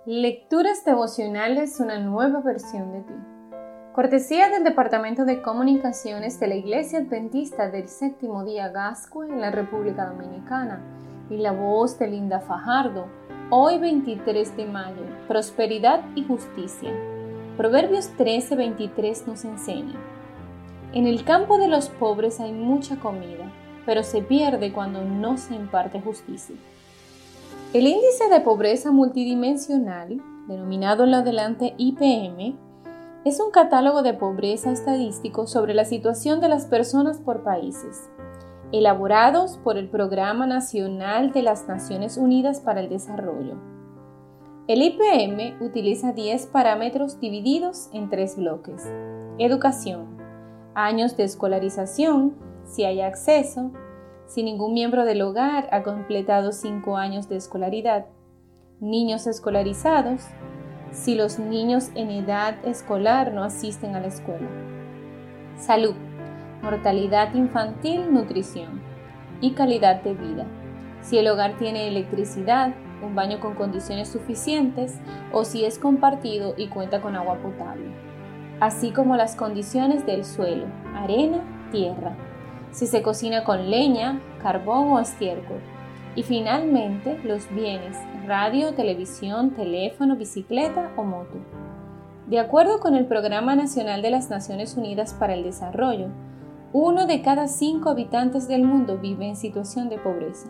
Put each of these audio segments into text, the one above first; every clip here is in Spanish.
Lecturas devocionales, una nueva versión de ti. Cortesía del Departamento de Comunicaciones de la Iglesia Adventista del Séptimo Día Gascue en la República Dominicana y la voz de Linda Fajardo. Hoy 23 de mayo, prosperidad y justicia. Proverbios 13:23 nos enseña: en el campo de los pobres hay mucha comida, pero se pierde cuando no se imparte justicia. El índice de pobreza multidimensional, denominado en lo adelante IPM, es un catálogo de pobreza estadístico sobre la situación de las personas por países, elaborados por el Programa Nacional de las Naciones Unidas para el Desarrollo. El IPM utiliza 10 parámetros divididos en 3 bloques: educación, años de escolarización, si hay acceso, si ningún miembro del hogar ha completado 5 años de escolaridad, niños escolarizados, si los niños en edad escolar no asisten a la escuela, salud, mortalidad infantil, nutrición y calidad de vida, si el hogar tiene electricidad, un baño con condiciones suficientes o si es compartido y cuenta con agua potable, así como las condiciones del suelo, arena, tierra, si se cocina con leña, carbón o estiércol, y finalmente los bienes, radio, televisión, teléfono, bicicleta o moto. De acuerdo con el Programa Nacional de las Naciones Unidas para el Desarrollo, 1 de cada 5 habitantes del mundo vive en situación de pobreza.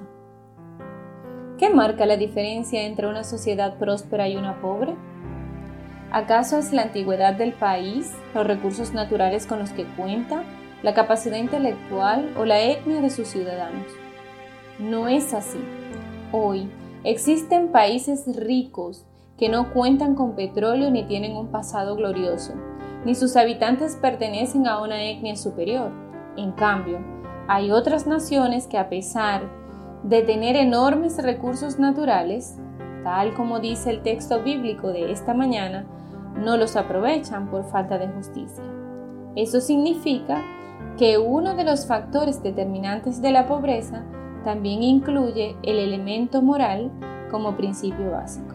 ¿Qué marca la diferencia entre una sociedad próspera y una pobre? ¿Acaso es la antigüedad del país, los recursos naturales con los que cuenta, la capacidad intelectual o la etnia de sus ciudadanos? No es así. Hoy existen países ricos que no cuentan con petróleo ni tienen un pasado glorioso, ni sus habitantes pertenecen a una etnia superior. En cambio, hay otras naciones que, a pesar de tener enormes recursos naturales, tal como dice el texto bíblico de esta mañana, no los aprovechan por falta de justicia. Eso significa que uno de los factores determinantes de la pobreza también incluye el elemento moral como principio básico.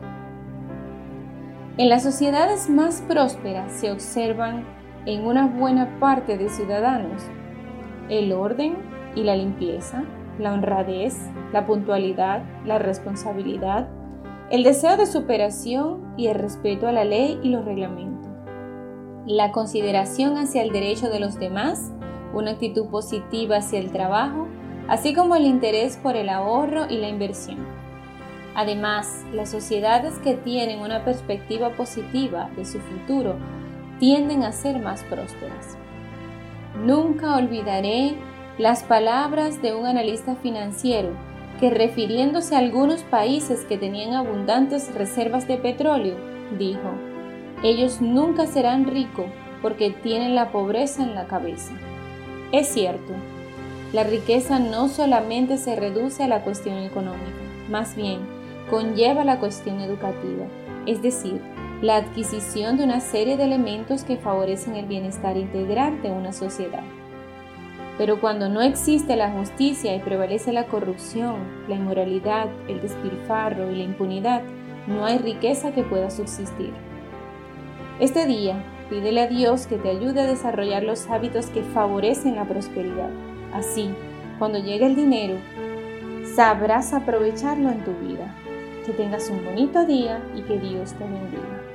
En las sociedades más prósperas se observan en una buena parte de ciudadanos el orden y la limpieza, la honradez, la puntualidad, la responsabilidad, el deseo de superación y el respeto a la ley y los reglamentos, la consideración hacia el derecho de los demás, una actitud positiva hacia el trabajo, así como el interés por el ahorro y la inversión. Además, las sociedades que tienen una perspectiva positiva de su futuro tienden a ser más prósperas. Nunca olvidaré las palabras de un analista financiero que, refiriéndose a algunos países que tenían abundantes reservas de petróleo, dijo: ellos nunca serán ricos porque tienen la pobreza en la cabeza. Es cierto, la riqueza no solamente se reduce a la cuestión económica, más bien conlleva la cuestión educativa, es decir, la adquisición de una serie de elementos que favorecen el bienestar integral de una sociedad. Pero cuando no existe la justicia y prevalece la corrupción, la inmoralidad, el despilfarro y la impunidad, no hay riqueza que pueda subsistir. Este día, pídele a Dios que te ayude a desarrollar los hábitos que favorecen la prosperidad. Así, cuando llegue el dinero, sabrás aprovecharlo en tu vida. Que tengas un bonito día y que Dios te bendiga.